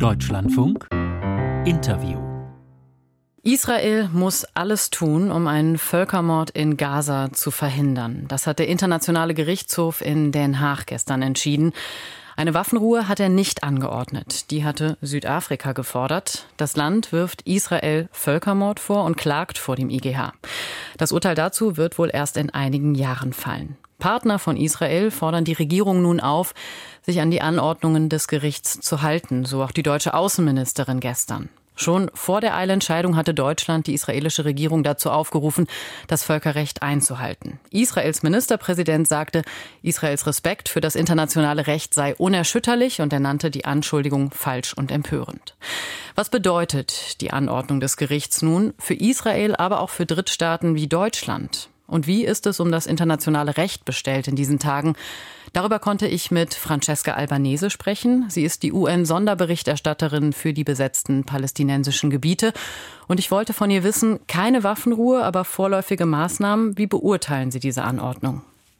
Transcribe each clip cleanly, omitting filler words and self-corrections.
Deutschlandfunk Interview. Israel muss alles tun, um einen Völkermord in Gaza zu verhindern. Das hat der Internationale Gerichtshof in Den Haag gestern entschieden. Eine Waffenruhe hat er nicht angeordnet. Die hatte Südafrika gefordert. Das Land wirft Israel Völkermord vor und klagt vor dem IGH. Das Urteil dazu wird wohl erst in einigen Jahren fallen. Partner von Israel fordern die Regierung nun auf, sich an die Anordnungen des Gerichts zu halten, so auch die deutsche Außenministerin gestern. Schon vor der Eilentscheidung hatte Deutschland die israelische Regierung dazu aufgerufen, das Völkerrecht einzuhalten. Israels Ministerpräsident sagte, Israels Respekt für das internationale Recht sei unerschütterlich und er nannte die Anschuldigung falsch und empörend. Was bedeutet die Anordnung des Gerichts nun für Israel, aber auch für Drittstaaten wie Deutschland? Und wie ist es um das internationale Recht bestellt in diesen Tagen? Darüber konnte ich mit Francesca Albanese sprechen. Sie ist die UN-Sonderberichterstatterin für die besetzten palästinensischen Gebiete. Und ich wollte von ihr wissen, keine Waffenruhe, aber vorläufige Maßnahmen. Wie beurteilen Sie diese Anordnung?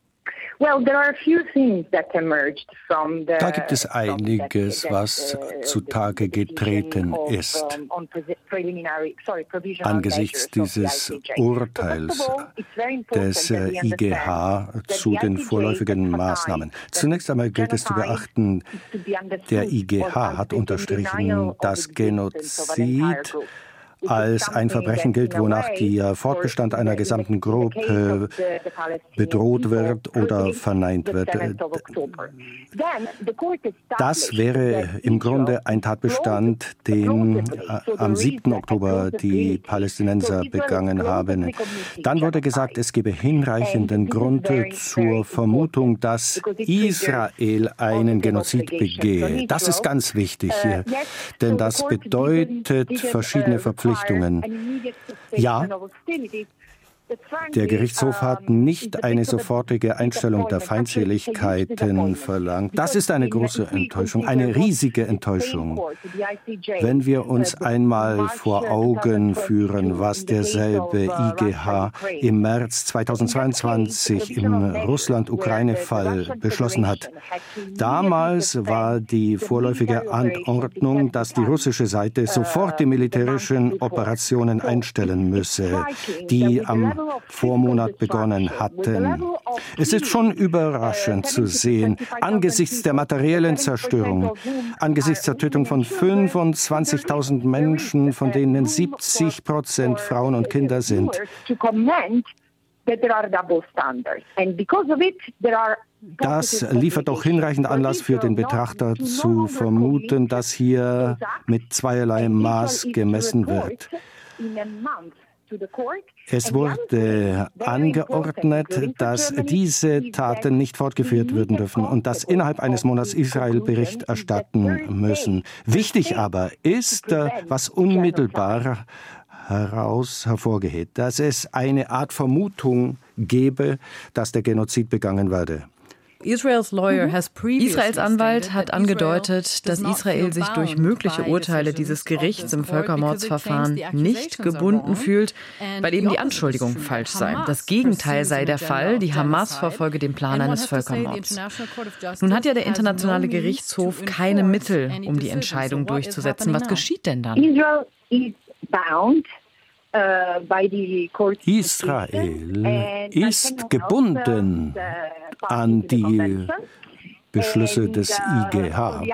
Da gibt es einiges, was zutage getreten ist. Angesichts dieses Urteils des IGH zu den vorläufigen Maßnahmen. Zunächst einmal gilt es zu beachten, der IGH hat unterstrichen, dass Genozid als ein Verbrechen gilt, wonach der Fortbestand einer gesamten Gruppe bedroht wird oder verneint wird. Das wäre im Grunde ein Tatbestand, den am 7. Oktober die Palästinenser begangen haben. Dann wurde gesagt, es gebe hinreichenden Grund zur Vermutung, dass Israel einen Genozid begehe. Das ist ganz wichtig, denn das bedeutet verschiedene Verpflichtungen. Ja, der Gerichtshof hat nicht eine sofortige Einstellung der Feindseligkeiten verlangt. Das ist eine große Enttäuschung, eine riesige Enttäuschung. Wenn wir uns einmal vor Augen führen, was derselbe IGH im März 2022 im Russland-Ukraine-Fall beschlossen hat. Damals war die vorläufige Anordnung, dass die russische Seite sofort die militärischen Operationen einstellen müsse, die am Vormonat begonnen hatten. Es ist schon überraschend zu sehen, angesichts der materiellen Zerstörung, angesichts der Tötung von 25.000 Menschen, von denen 70% Frauen und Kinder sind. Das liefert auch hinreichend Anlass für den Betrachter zu vermuten, dass hier mit zweierlei Maß gemessen wird. Es wurde angeordnet, dass diese Taten nicht fortgeführt werden dürfen und dass innerhalb eines Monats Israel Bericht erstatten müssen. Wichtig aber ist, was unmittelbar hervorgeht, dass es eine Art Vermutung gebe, dass der Genozid begangen werde. Israels Anwalt hat angedeutet, dass Israel sich durch mögliche Urteile dieses Gerichts im Völkermordsverfahren nicht gebunden fühlt, weil eben die Anschuldigung falsch sei. Das Gegenteil sei der Fall, die Hamas verfolge den Plan eines Völkermords. Nun hat ja der Internationale Gerichtshof keine Mittel, um die Entscheidung durchzusetzen. Was geschieht denn dann? Israel ist gebunden an die Beschlüsse des IGH,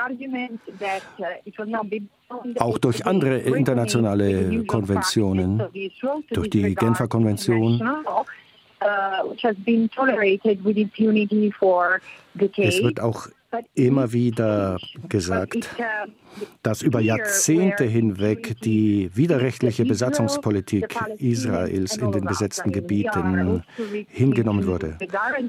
auch durch andere internationale Konventionen, durch die Genfer Konvention. Es wird auch immer wieder gesagt, dass über Jahrzehnte hinweg die widerrechtliche Besatzungspolitik Israels in den besetzten Gebieten hingenommen wurde.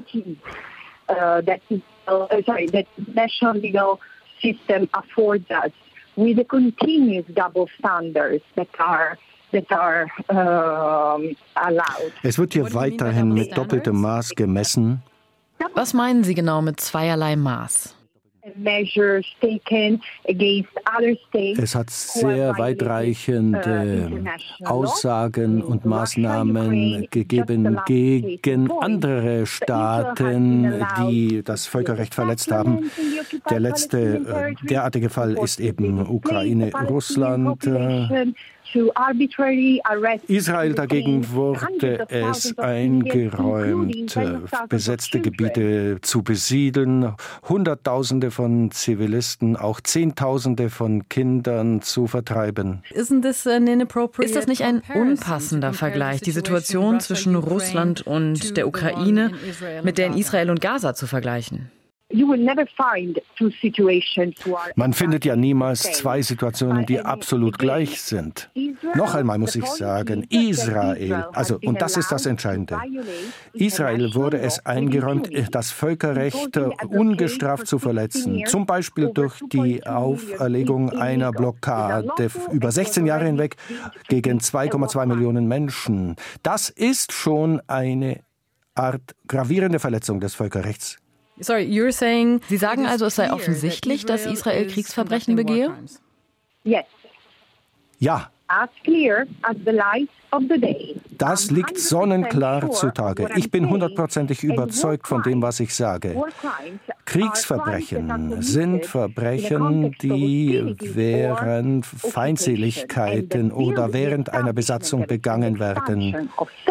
Es wird hier weiterhin mit doppeltem Maß gemessen. Was meinen Sie genau mit zweierlei Maß? Es hat sehr weitreichende Aussagen und Maßnahmen gegeben gegen andere Staaten, die das Völkerrecht verletzt haben. Der letzte derartige Fall ist eben Ukraine, Russland. Israel dagegen wurde es eingeräumt, besetzte Gebiete zu besiedeln, Hunderttausende von Zivilisten, auch Zehntausende von Kindern zu vertreiben. Ist das nicht ein unpassender Vergleich, die Situation zwischen Russland und der Ukraine mit der in Israel und Gaza zu vergleichen? Man findet ja niemals zwei Situationen, die absolut gleich sind. Noch einmal muss ich sagen, Israel, und das ist das Entscheidende, Israel wurde es eingeräumt, das Völkerrecht ungestraft zu verletzen, zum Beispiel durch die Auferlegung einer Blockade über 16 Jahre hinweg gegen 2,2 Millionen Menschen. Das ist schon eine Art gravierende Verletzung des Völkerrechts. Sie sagen also, es sei offensichtlich, dass Israel Kriegsverbrechen begehe? Ja. Das liegt sonnenklar zutage. Ich bin hundertprozentig überzeugt von dem, was ich sage. Kriegsverbrechen sind Verbrechen, die während Feindseligkeiten oder während einer Besatzung begangen werden.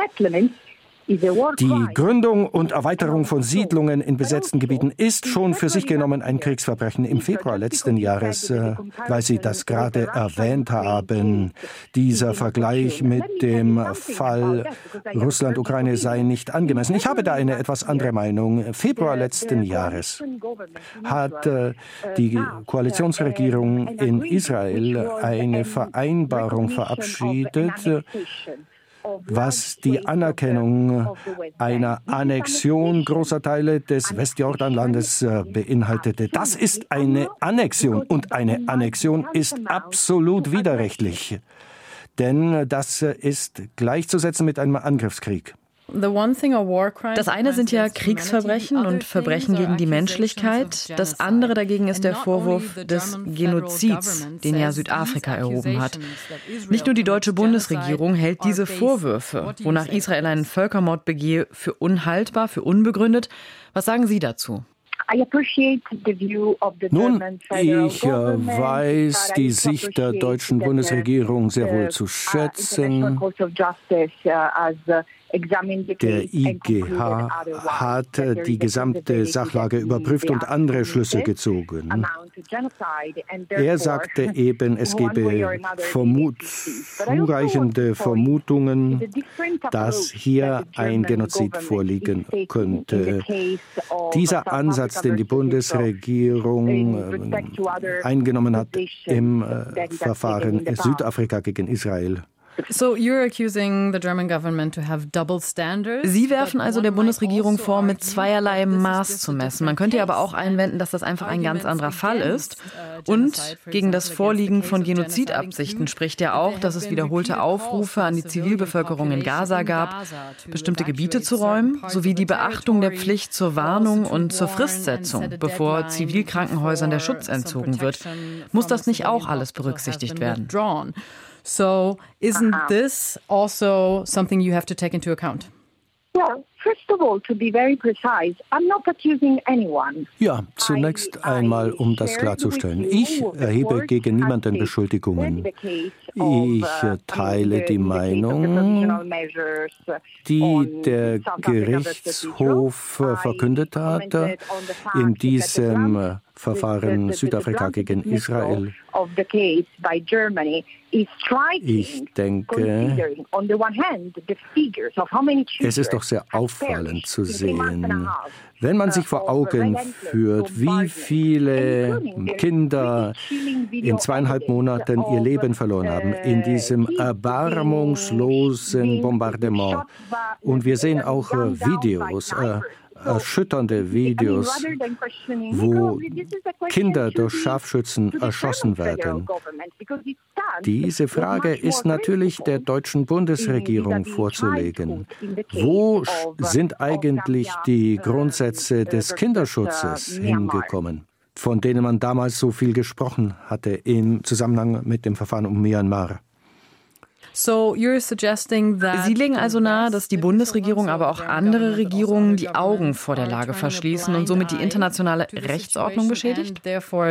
Die Gründung und Erweiterung von Siedlungen in besetzten Gebieten ist schon für sich genommen ein Kriegsverbrechen. Im Februar letzten Jahres, weil Sie das gerade erwähnt haben, dieser Vergleich mit dem Fall Russland-Ukraine sei nicht angemessen. Ich habe da eine etwas andere Meinung. Februar letzten Jahres hat die Koalitionsregierung in Israel eine Vereinbarung verabschiedet, was die Anerkennung einer Annexion großer Teile des Westjordanlandes beinhaltete. Das ist eine Annexion und eine Annexion ist absolut widerrechtlich, denn das ist gleichzusetzen mit einem Angriffskrieg. Das eine sind ja Kriegsverbrechen und Verbrechen gegen die Menschlichkeit. Das andere dagegen ist der Vorwurf des Genozids, den ja Südafrika erhoben hat. Nicht nur die deutsche Bundesregierung hält diese Vorwürfe, wonach Israel einen Völkermord begehe, für unhaltbar, für unbegründet. Was sagen Sie dazu? Nun, ich weiß die Sicht der deutschen Bundesregierung sehr wohl zu schätzen. Der IGH hat die gesamte Sachlage überprüft und andere Schlüsse gezogen. Er sagte eben, es gebe zureichende Vermutungen, dass hier ein Genozid vorliegen könnte. Dieser Ansatz, den die Bundesregierung eingenommen hat im Verfahren Südafrika gegen Israel. Sie werfen also der Bundesregierung vor, mit zweierlei Maß zu messen. Man könnte aber auch einwenden, dass das einfach ein ganz anderer Fall ist. Und gegen das Vorliegen von Genozidabsichten spricht ja auch, dass es wiederholte Aufrufe an die Zivilbevölkerung in Gaza gab, bestimmte Gebiete zu räumen, sowie die Beachtung der Pflicht zur Warnung und zur Fristsetzung, bevor Zivilkrankenhäusern der Schutz entzogen wird. Muss das nicht auch alles berücksichtigt werden? So, isn't this also something you have to take into account? Ja, zunächst einmal, um das klarzustellen. Ich erhebe gegen niemanden Beschuldigungen. Ich teile die Meinung, die der Gerichtshof verkündet hat in diesem Verfahren Südafrika gegen Israel. Ich denke, es ist doch sehr auffallend zu sehen, wenn man sich vor Augen führt, wie viele Kinder in 2,5 Monaten ihr Leben verloren haben in diesem erbarmungslosen Bombardement. Und wir sehen auch Videos, erschütternde Videos, wo Kinder durch Scharfschützen erschossen werden. Diese Frage ist natürlich der deutschen Bundesregierung vorzulegen. Wo sind eigentlich die Grundsätze des Kinderschutzes hingekommen? von denen man damals so viel gesprochen hatte im Zusammenhang mit dem Verfahren um Myanmar. Sie legen also nahe, dass die Bundesregierung, aber auch andere Regierungen die Augen vor der Lage verschließen und somit die internationale Rechtsordnung beschädigt?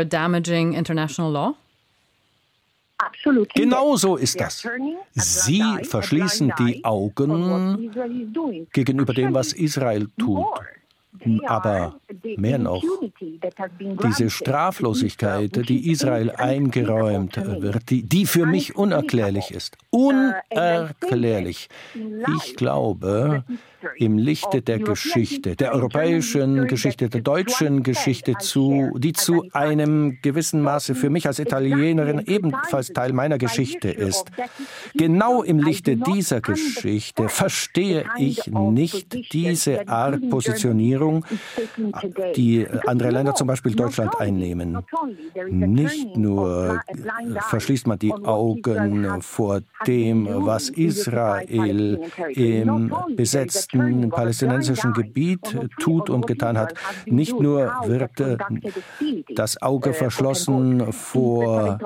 Genau so ist das. Sie verschließen die Augen gegenüber dem, was Israel tut. Aber mehr noch, diese Straflosigkeit, die Israel eingeräumt wird, die für mich unerklärlich ist. Unerklärlich. Ich glaube, im Lichte der Geschichte, der europäischen Geschichte, der deutschen Geschichte, die zu einem gewissen Maße für mich als Italienerin ebenfalls Teil meiner Geschichte ist. Genau im Lichte dieser Geschichte verstehe ich nicht diese Art Positionierung, die andere Länder, zum Beispiel Deutschland, einnehmen. Nicht nur verschließt man die Augen vor dem, was Israel im besetzten palästinensischen Gebiet tut und getan hat. Nicht nur wird das Auge verschlossen vor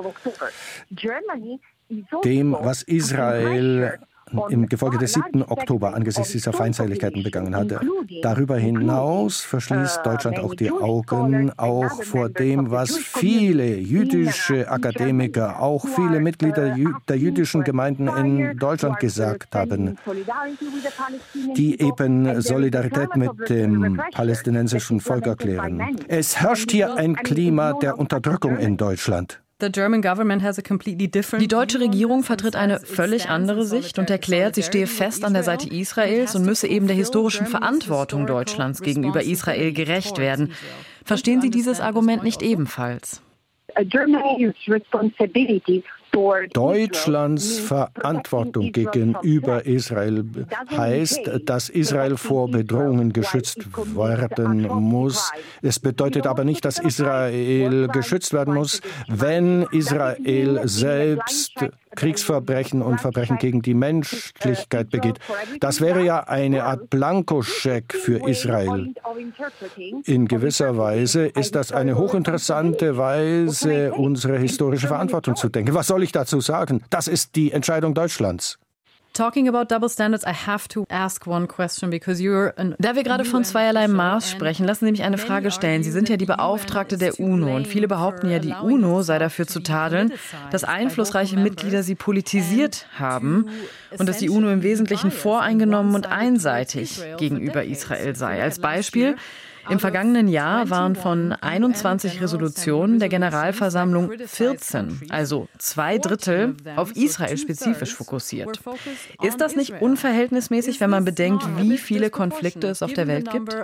dem, was Israel im Gefolge des 7. Oktober angesichts dieser Feindseligkeiten begangen hatte. Darüber hinaus verschließt Deutschland auch die Augen auch vor dem, was viele jüdische Akademiker, auch viele Mitglieder der jüdischen Gemeinden in Deutschland gesagt haben, die eben Solidarität mit dem palästinensischen Volk erklären. Es herrscht hier ein Klima der Unterdrückung in Deutschland. Die deutsche Regierung vertritt eine völlig andere Sicht und erklärt, sie stehe fest an der Seite Israels und müsse eben der historischen Verantwortung Deutschlands gegenüber Israel gerecht werden. Verstehen Sie dieses Argument nicht ebenfalls? Deutschlands Verantwortung gegenüber Israel heißt, dass Israel vor Bedrohungen geschützt werden muss. Es bedeutet aber nicht, dass Israel geschützt werden muss, wenn Israel selbst Kriegsverbrechen und Verbrechen gegen die Menschlichkeit begeht. Das wäre ja eine Art Blankoscheck für Israel. In gewisser Weise ist das eine hochinteressante Weise, unsere historische Verantwortung zu denken. Was soll ich dazu sagen? Das ist die Entscheidung Deutschlands. Talking about double standards, I have to ask one question because da wir gerade von zweierlei Maß sprechen, lassen Sie mich eine Frage stellen. Sie sind ja die Beauftragte der UNO und viele behaupten ja, die UNO sei dafür zu tadeln, dass einflussreiche Mitglieder sie politisiert haben und dass die UNO im Wesentlichen voreingenommen und einseitig gegenüber Israel sei. Als Beispiel: Im vergangenen Jahr waren von 21 Resolutionen der Generalversammlung 14, also 2/3, auf Israel spezifisch fokussiert. Ist das nicht unverhältnismäßig, wenn man bedenkt, wie viele Konflikte es auf der Welt gibt?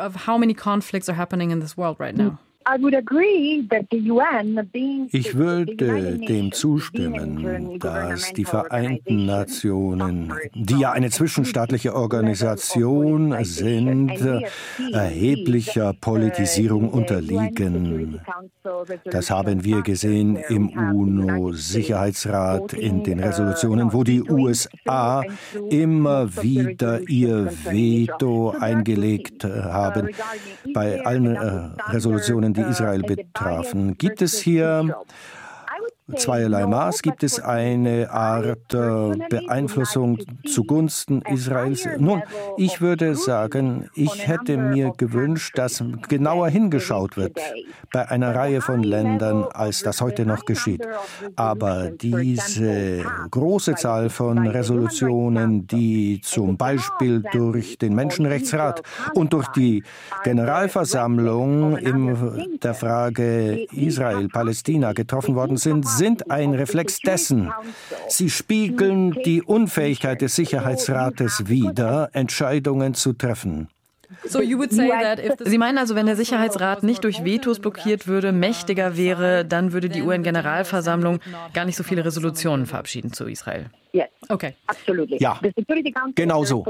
Ich würde dem zustimmen, dass die Vereinten Nationen, die ja eine zwischenstaatliche Organisation sind, erheblicher Politisierung unterliegen. Das haben wir gesehen im UNO-Sicherheitsrat in den Resolutionen, wo die USA immer wieder ihr Veto eingelegt haben bei allen Resolutionen, die Israel betrafen. Gibt es hier zweierlei Maß? Gibt es eine Art Beeinflussung zugunsten Israels? Nun, ich würde sagen, ich hätte mir gewünscht, dass genauer hingeschaut wird bei einer Reihe von Ländern, als das heute noch geschieht. Aber diese große Zahl von Resolutionen, die zum Beispiel durch den Menschenrechtsrat und durch die Generalversammlung in der Frage Israel-Palästina getroffen worden sind ein Reflex dessen. Sie spiegeln die Unfähigkeit des Sicherheitsrates wider, Entscheidungen zu treffen. Sie meinen also, wenn der Sicherheitsrat nicht durch Vetos blockiert würde, mächtiger wäre, dann würde die UN-Generalversammlung gar nicht so viele Resolutionen verabschieden zu Israel? Okay. Ja, genau so.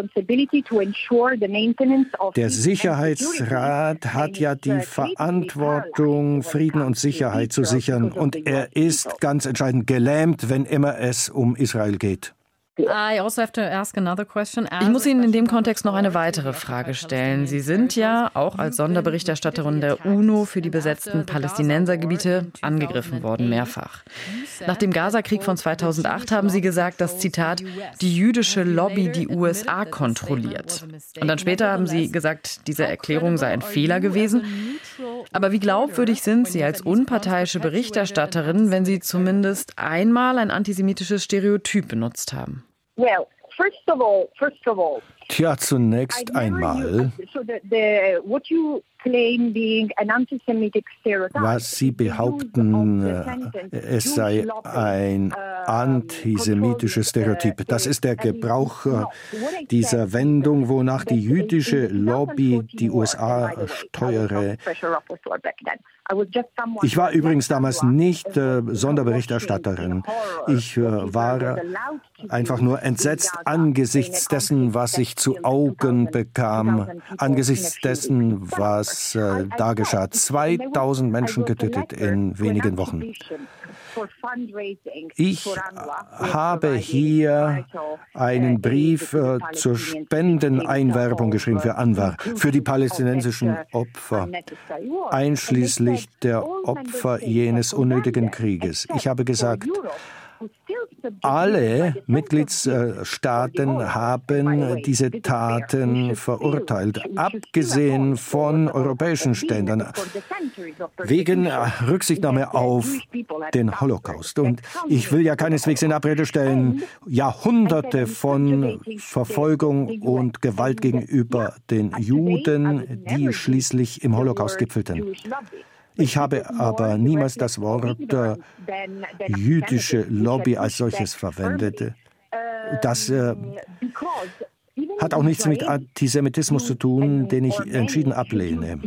Der Sicherheitsrat hat ja die Verantwortung, Frieden und Sicherheit zu sichern. Und er ist ganz entscheidend gelähmt, wenn immer es um Israel geht. Ich muss Ihnen in dem Kontext noch eine weitere Frage stellen. Sie sind ja auch als Sonderberichterstatterin der UNO für die besetzten Palästinensergebiete angegriffen worden, mehrfach. Nach dem Gaza-Krieg von 2008 haben Sie gesagt, dass, Zitat, die jüdische Lobby die USA kontrolliert. Und dann später haben Sie gesagt, diese Erklärung sei ein Fehler gewesen. Aber wie glaubwürdig sind Sie als unparteiische Berichterstatterin, wenn Sie zumindest einmal ein antisemitisches Stereotyp benutzt haben? Tja, zunächst einmal, was Sie behaupten, es sei ein antisemitisches Stereotyp. Das ist der Gebrauch dieser Wendung, wonach die jüdische Lobby die USA steuere. Ich war übrigens damals nicht Sonderberichterstatterin. Ich war einfach nur entsetzt angesichts dessen, was ich zu Augen bekam, angesichts dessen, was da geschah. 2000 Menschen getötet in wenigen Wochen. Ich habe hier einen Brief zur Spendeneinwerbung geschrieben für Anwar, für die palästinensischen Opfer, einschließlich der Opfer jenes unnötigen Krieges. Ich habe gesagt, alle Mitgliedstaaten haben diese Taten verurteilt, abgesehen von europäischen Staaten, wegen Rücksichtnahme auf den Holocaust. Und ich will ja keineswegs in Abrede stellen, Jahrhunderte von Verfolgung und Gewalt gegenüber den Juden, die schließlich im Holocaust gipfelten. Ich habe aber niemals das Wort jüdische Lobby als solches verwendet. Das hat auch nichts mit Antisemitismus zu tun, den ich entschieden ablehne.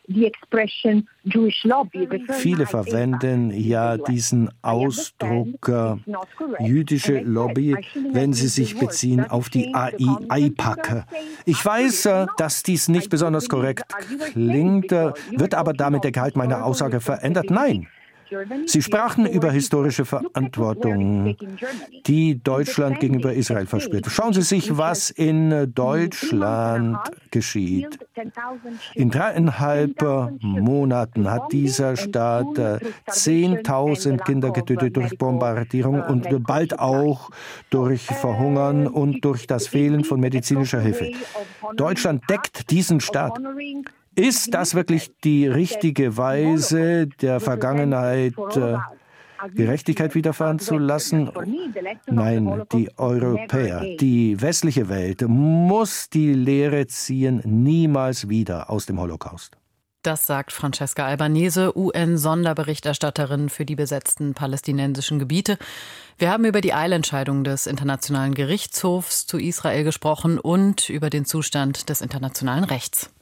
Viele verwenden ja diesen Ausdruck jüdische Lobby, wenn sie sich beziehen auf die AIPAC. Ich weiß, dass dies nicht besonders korrekt klingt, wird aber damit der Gehalt meiner Aussage verändert? Nein. Sie sprachen über historische Verantwortung, die Deutschland gegenüber Israel verspürt. Schauen Sie sich, was in Deutschland geschieht. In 3,5 Monaten hat dieser Staat 10.000 Kinder getötet durch Bombardierung und bald auch durch Verhungern und durch das Fehlen von medizinischer Hilfe. Deutschland deckt diesen Staat. Ist das wirklich die richtige Weise, der Vergangenheit Gerechtigkeit widerfahren zu lassen? Nein, die Europäer, die westliche Welt muss die Lehre ziehen, niemals wieder aus dem Holocaust. Das sagt Francesca Albanese, UN-Sonderberichterstatterin für die besetzten palästinensischen Gebiete. Wir haben über die Eilentscheidung des Internationalen Gerichtshofs zu Israel gesprochen und über den Zustand des internationalen Rechts.